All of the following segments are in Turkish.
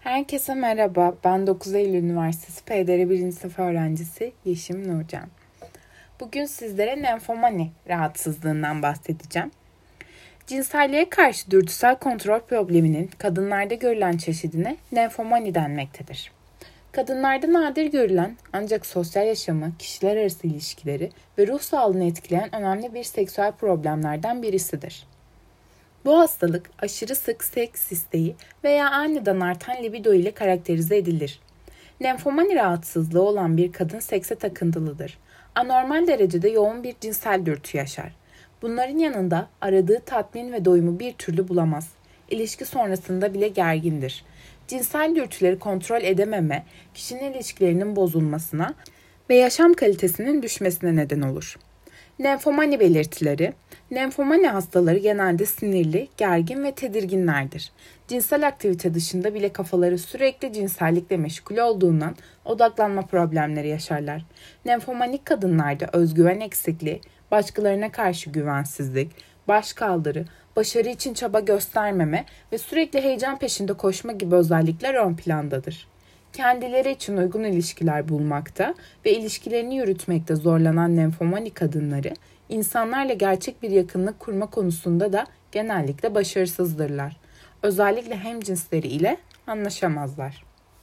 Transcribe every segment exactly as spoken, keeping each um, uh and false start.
Herkese merhaba, ben dokuz Eylül Üniversitesi P D R birinci sınıf öğrencisi Yeşim Nurcan. Bugün sizlere lenfomani rahatsızlığından bahsedeceğim. Cinselliğe karşı dürtüsel kontrol probleminin kadınlarda görülen çeşidine lenfomani denmektedir. Kadınlarda nadir görülen ancak sosyal yaşamı, kişiler arası ilişkileri ve ruh sağlığını etkileyen önemli bir seksüel problemlerden birisidir. Bu hastalık aşırı sık seks isteği veya aniden artan libido ile karakterize edilir. Lenfomani rahatsızlığı olan bir kadın sekse takıntılıdır. Anormal derecede yoğun bir cinsel dürtü yaşar. Bunların yanında aradığı tatmin ve doyumu bir türlü bulamaz. İlişki sonrasında bile gergindir. Cinsel dürtüleri kontrol edememe, kişinin ilişkilerinin bozulmasına ve yaşam kalitesinin düşmesine neden olur. Lenfomani belirtileri: lenfomani hastaları genelde sinirli, gergin ve tedirginlerdir. Cinsel aktivite dışında bile kafaları sürekli cinsellikle meşgul olduğundan odaklanma problemleri yaşarlar. Lenfomanik kadınlarda özgüven eksikliği, başkalarına karşı güvensizlik, başkaldırı, başarı için çaba göstermeme ve sürekli heyecan peşinde koşma gibi özellikler ön plandadır. Kendileri için uygun ilişkiler bulmakta ve ilişkilerini yürütmekte zorlanan lenfomani kadınları, insanlarla gerçek bir yakınlık kurma konusunda da genellikle başarısızdırlar. Özellikle hemcinsleri ile anlaşamazlar.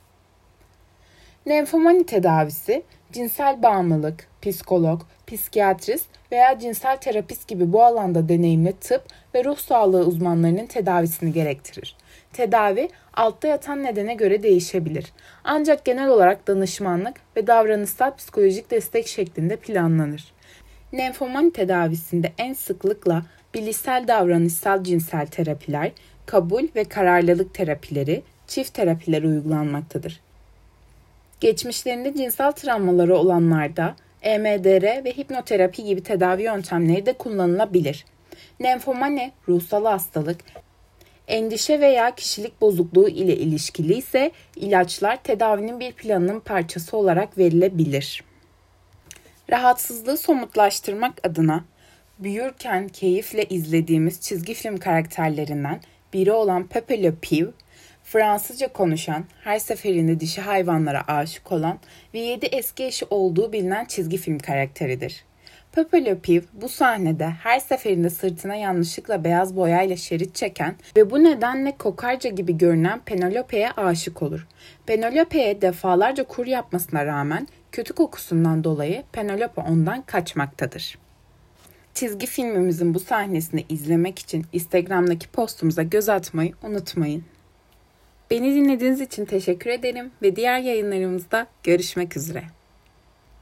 Lenfomani tedavisi, cinsel bağımlılık, psikolog, psikiyatrist veya cinsel terapist gibi bu alanda deneyimli tıp ve ruh sağlığı uzmanlarının tedavisini gerektirir. Tedavi, altta yatan nedene göre değişebilir. Ancak genel olarak danışmanlık ve davranışsal psikolojik destek şeklinde planlanır. Lenfomani tedavisinde en sıklıkla bilişsel davranışsal cinsel terapiler, kabul ve kararlılık terapileri, çift terapiler uygulanmaktadır. Geçmişlerinde cinsel travmaları olanlarda E M D R ve hipnoterapi gibi tedavi yöntemleri de kullanılabilir. Lenfomani, ruhsal hastalık, endişe veya kişilik bozukluğu ile ilişkili ise ilaçlar tedavinin bir planının parçası olarak verilebilir. Rahatsızlığı somutlaştırmak adına büyürken keyifle izlediğimiz çizgi film karakterlerinden biri olan Pepe Le Pew, Fransızca konuşan, her seferinde dişi hayvanlara aşık olan ve yedi eski eşi olduğu bilinen çizgi film karakteridir. Pepe Le Pew bu sahnede her seferinde sırtına yanlışlıkla beyaz boyayla şerit çeken ve bu nedenle kokarca gibi görünen Penelope'ye aşık olur. Penelope'ye defalarca kur yapmasına rağmen kötü kokusundan dolayı Penelope ondan kaçmaktadır. Çizgi filmimizin bu sahnesini izlemek için Instagram'daki postumuza göz atmayı unutmayın. Beni dinlediğiniz için teşekkür ederim ve diğer yayınlarımızda görüşmek üzere.